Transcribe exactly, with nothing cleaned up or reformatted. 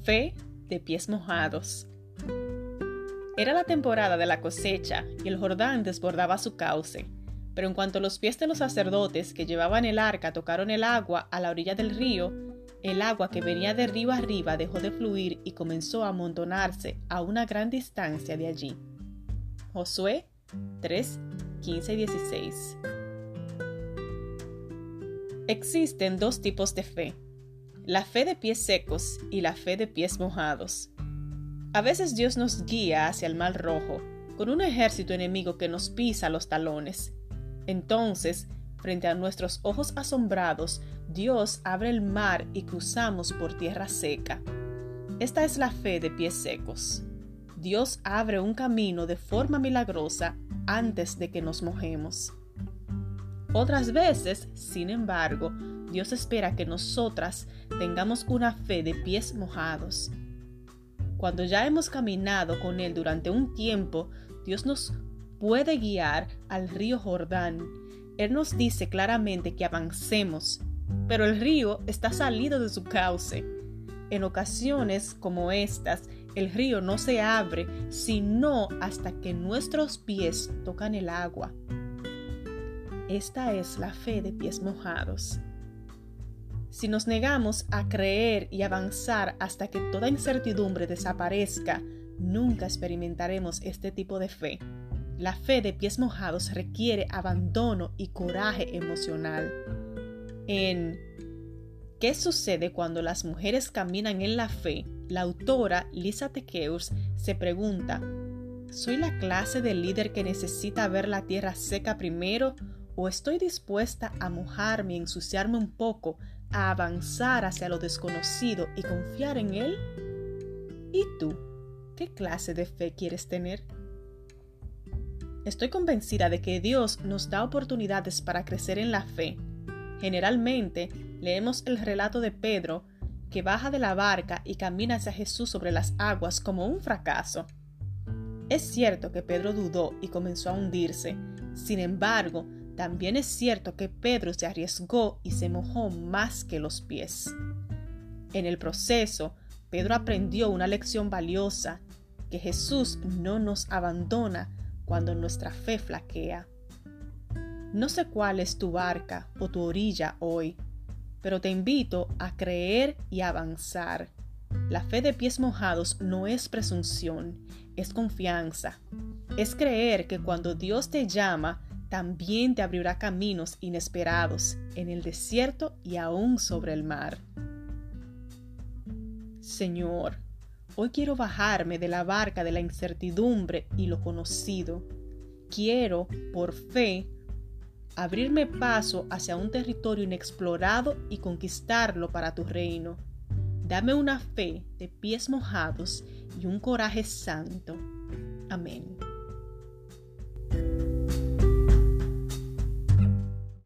Fe de pies mojados. Era la temporada de la cosecha y el Jordán desbordaba su cauce, pero en cuanto los pies de los sacerdotes que llevaban el arca tocaron el agua a la orilla del río, el agua que venía de río arriba dejó de fluir y comenzó a amontonarse a una gran distancia de allí. Josué tres, quince y dieciséis. Existen dos tipos de fe: la fe de pies secos y la fe de pies mojados. A veces Dios nos guía hacia el Mar Rojo, con un ejército enemigo que nos pisa los talones. Entonces, frente a nuestros ojos asombrados, Dios abre el mar y cruzamos por tierra seca. Esta es la fe de pies secos. Dios abre un camino de forma milagrosa antes de que nos mojemos. Otras veces, sin embargo, Dios espera que nosotras tengamos una fe de pies mojados. Cuando ya hemos caminado con Él durante un tiempo, Dios nos puede guiar al río Jordán. Él nos dice claramente que avancemos, pero el río está salido de su cauce. En ocasiones como estas, el río no se abre sino hasta que nuestros pies tocan el agua. Esta es la fe de pies mojados. Si nos negamos a creer y avanzar hasta que toda incertidumbre desaparezca, nunca experimentaremos este tipo de fe. La fe de pies mojados requiere abandono y coraje emocional. En ¿Qué sucede cuando las mujeres caminan en la fe?, la autora Lisa TeKeus se pregunta: ¿soy la clase de líder que necesita ver la tierra seca primero? ¿O estoy dispuesta a mojarme y ensuciarme un poco, a avanzar hacia lo desconocido y confiar en Él? ¿Y tú? ¿Qué clase de fe quieres tener? Estoy convencida de que Dios nos da oportunidades para crecer en la fe. Generalmente, leemos el relato de Pedro, que baja de la barca y camina hacia Jesús sobre las aguas, como un fracaso. Es cierto que Pedro dudó y comenzó a hundirse. Sin embargo, también es cierto que Pedro se arriesgó y se mojó más que los pies. En el proceso, Pedro aprendió una lección valiosa: que Jesús no nos abandona cuando nuestra fe flaquea. No sé cuál es tu barca o tu orilla hoy, pero te invito a creer y avanzar. La fe de pies mojados no es presunción, es confianza. Es creer que cuando Dios te llama, también te abrirá caminos inesperados en el desierto y aún sobre el mar. Señor, hoy quiero bajarme de la barca de la incertidumbre y lo conocido. Quiero, por fe, abrirme paso hacia un territorio inexplorado y conquistarlo para tu reino. Dame una fe de pies mojados y un coraje santo. Amén.